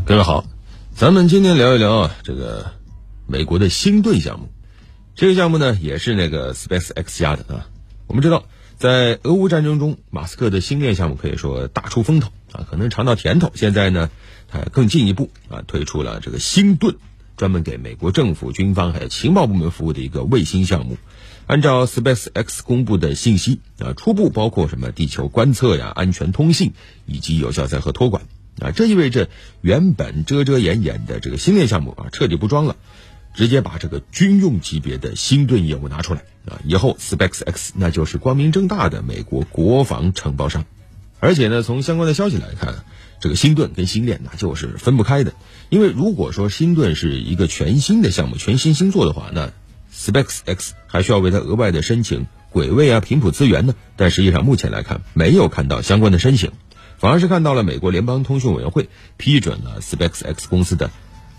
各位好，咱们今天聊一聊这个美国的星盾项目。这个项目呢也是那个 SpaceX 家的啊。我们知道在俄乌战争中，马斯克的星链项目可以说大出风头啊，可能尝到甜头。现在呢他更进一步啊，推出了这个星盾，专门给美国政府、军方还有情报部门服务的一个卫星项目。按照 SpaceX 公布的信息啊，初步包括什么地球观测呀、安全通信以及有效载荷托管啊，这意味着原本遮遮掩掩的这个星链项目啊彻底不装了，直接把这个军用级别的星盾业务拿出来啊，以后 SpaceX 那就是光明正大的美国国防承包商。而且呢，从相关的消息来看，这个星盾跟星链那就是分不开的。因为如果说星盾是一个全新的项目、全新星座的话，那 SpaceX 还需要为它额外的申请轨位啊、频谱资源呢。但实际上目前来看，没有看到相关的申请，反而是看到了美国联邦通讯委员会批准了 SpaceX 公司的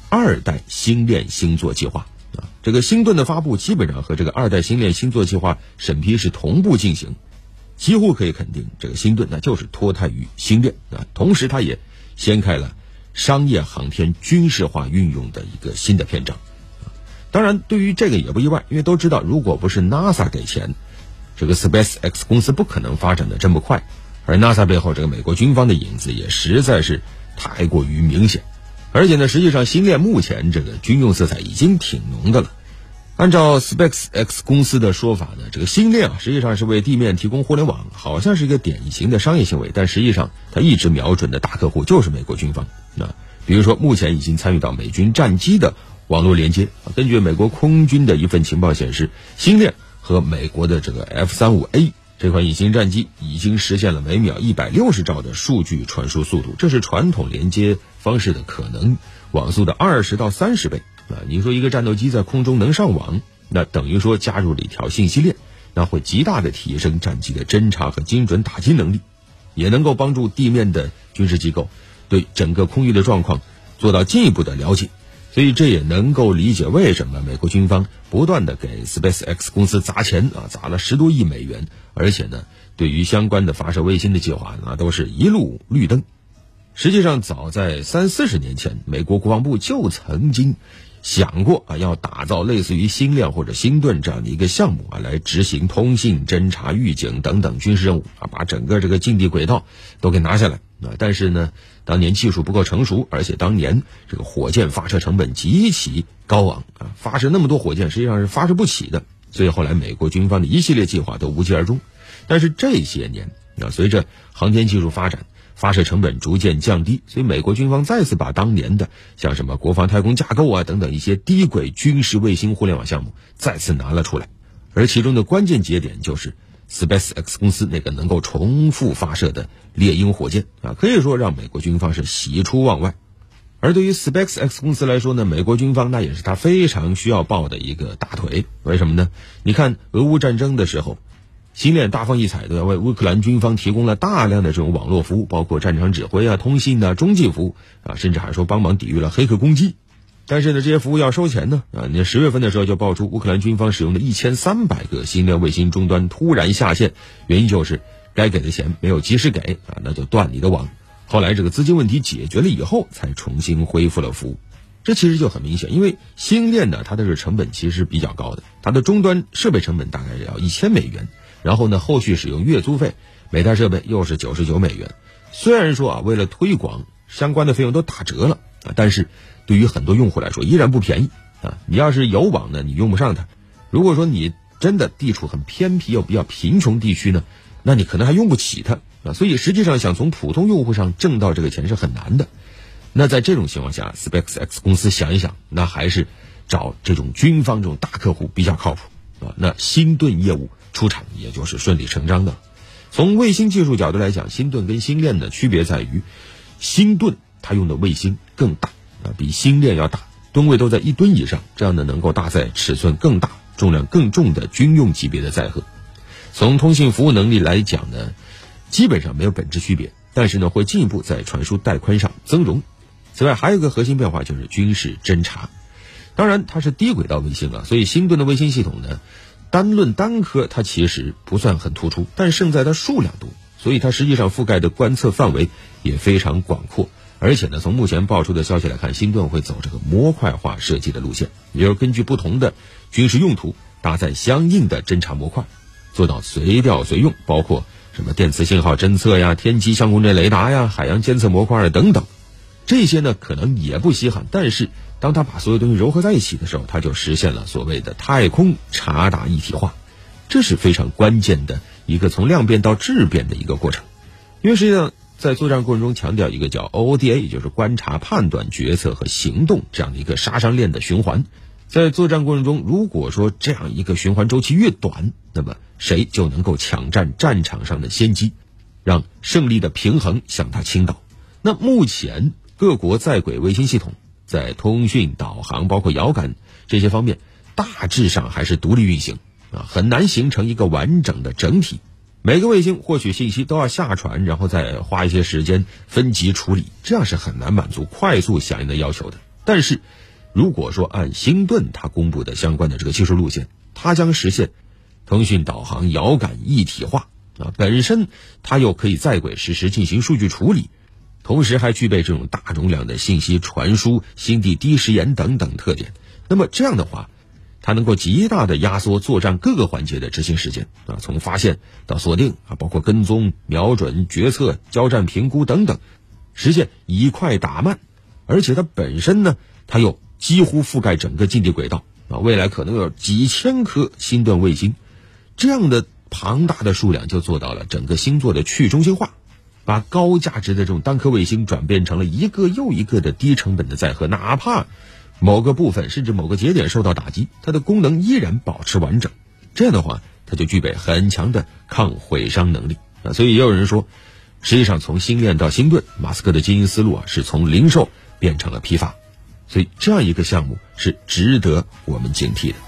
2代星链星座计划啊。这个星盾的发布基本上和这个2代星链星座计划审批是同步进行，几乎可以肯定这个星盾那就是脱胎于星链啊。同时它也掀开了商业航天军事化运用的一个新的篇章。当然对于这个也不意外，因为都知道如果不是 NASA 给钱，这个 SpaceX 公司不可能发展的这么快，而 NASA 背后这个美国军方的影子也实在是太过于明显。而且呢，实际上星链目前这个军用色彩已经挺浓的了。按照 SpaceX 公司的说法呢，这个星链实际上是为地面提供互联网，好像是一个典型的商业行为，但实际上它一直瞄准的大客户就是美国军方。比如说目前已经参与到美军战机的网络连接，根据美国空军的一份情报显示，星链和美国的这个 F-35A 这款隐形战机已经实现了每秒160兆的数据传输速度，这是传统连接方式的可能网速的20到30倍。你说一个战斗机在空中能上网，那等于说加入了一条信息链，那会极大的提升战机的侦察和精准打击能力，也能够帮助地面的军事机构对整个空域的状况做到进一步的了解。所以这也能够理解为什么美国军方不断的给 SpaceX 公司砸钱砸了10多亿美元，而且呢，对于相关的发射卫星的计划都是一路绿灯。实际上早在30-40年前，美国国防部就曾经想过要打造类似于星链或者星盾这样的一个项目来执行通信、侦察、预警等等军事任务把整个这个近地轨道都给拿下来但是呢，当年技术不够成熟，而且当年这个火箭发射成本极其高昂发射那么多火箭实际上是发射不起的，所以后来美国军方的一系列计划都无疾而终。但是这些年随着航天技术发展，发射成本逐渐降低，所以美国军方再次把当年的像什么国防太空架构等等一些低轨军事卫星互联网项目再次拿了出来，而其中的关键节点就是 SpaceX 公司那个能够重复发射的猎鹰火箭可以说让美国军方是喜出望外。而对于 SpaceX 公司来说呢，美国军方那也是他非常需要抱的一个大腿。为什么呢？你看俄乌战争的时候，星链大放异彩，为乌克兰军方提供了大量的这种网络服务，包括战场指挥通信中继服务甚至还说帮忙抵御了黑客攻击。但是呢，这些服务要收钱呢你10月份的时候就爆出乌克兰军方使用的1300个星链卫星终端突然下线，原因就是该给的钱没有及时给那就断你的网。后来这个资金问题解决了以后，才重新恢复了服务。这其实就很明显，因为星链它的成本其实比较高的，它的终端设备成本大概要1000美元，然后呢，后续使用月租费，每台设备又是99美元。虽然说为了推广相关的费用都打折了但是对于很多用户来说依然不便宜你要是有网呢，你用不上它；如果说你真的地处很偏僻又比较贫穷地区呢，那你可能还用不起它所以实际上想从普通用户上挣到这个钱是很难的。那在这种情况下 SpaceX 公司想一想，那还是找这种军方这种大客户比较靠谱那星盾业务出产也就是顺理成章的。从卫星技术角度来讲，星盾跟星链的区别在于，星盾它用的卫星更大比星链要大，吨位都在1吨以上，这样呢能够搭载尺寸更大、重量更重的军用级别的载荷。从通信服务能力来讲呢，基本上没有本质区别，但是呢会进一步在传输带宽上增容。此外还有一个核心变化就是军事侦察。当然它是低轨道卫星所以星盾的卫星系统呢，单论单颗它其实不算很突出，但胜在它数量多，所以它实际上覆盖的观测范围也非常广阔， 而且呢，从目前爆出的消息来看，星盾会走这个模块化设计的路线，也就是根据不同的军事用途搭载相应的侦察模块，做到随调随用，包括什么电磁信号侦测呀、天基相控阵雷达呀、海洋监测模块啊等等。这些呢可能也不稀罕，但是当他把所有东西糅合在一起的时候，他就实现了所谓的太空察打一体化，这是非常关键的一个从量变到质变的一个过程。因为实际上在作战过程中强调一个叫 OODA， 也就是观察、判断、决策和行动这样的一个杀伤链的循环。在作战过程中，如果说这样一个循环周期越短，那么谁就能够抢占战场上的先机，让胜利的平衡向他倾倒。那目前各国在轨卫星系统在通讯、导航包括遥感这些方面大致上还是独立运行很难形成一个完整的整体。每个卫星获取信息都要下传，然后再花一些时间分级处理，这样是很难满足快速响应的要求的。但是如果说按星盾它公布的相关的这个技术路线，它将实现通讯、导航、遥感一体化本身它又可以在轨实时进行数据处理，同时还具备这种大容量的信息传输、星地低时延等等特点。那么这样的话，它能够极大的压缩作战各个环节的执行时间从发现到锁定包括跟踪、瞄准、决策、交战评估等等，实现以快打慢。而且它本身呢，它又几乎覆盖整个近地轨道未来可能有几千颗星盾卫星，这样的庞大的数量就做到了整个星座的去中心化，把高价值的这种单颗卫星转变成了一个又一个的低成本的载荷，哪怕某个部分甚至某个节点受到打击，它的功能依然保持完整。这样的话，它就具备很强的抗毁伤能力所以也有人说，实际上从星链到星盾，马斯克的经营思路是从零售变成了批发，所以这样一个项目是值得我们警惕的。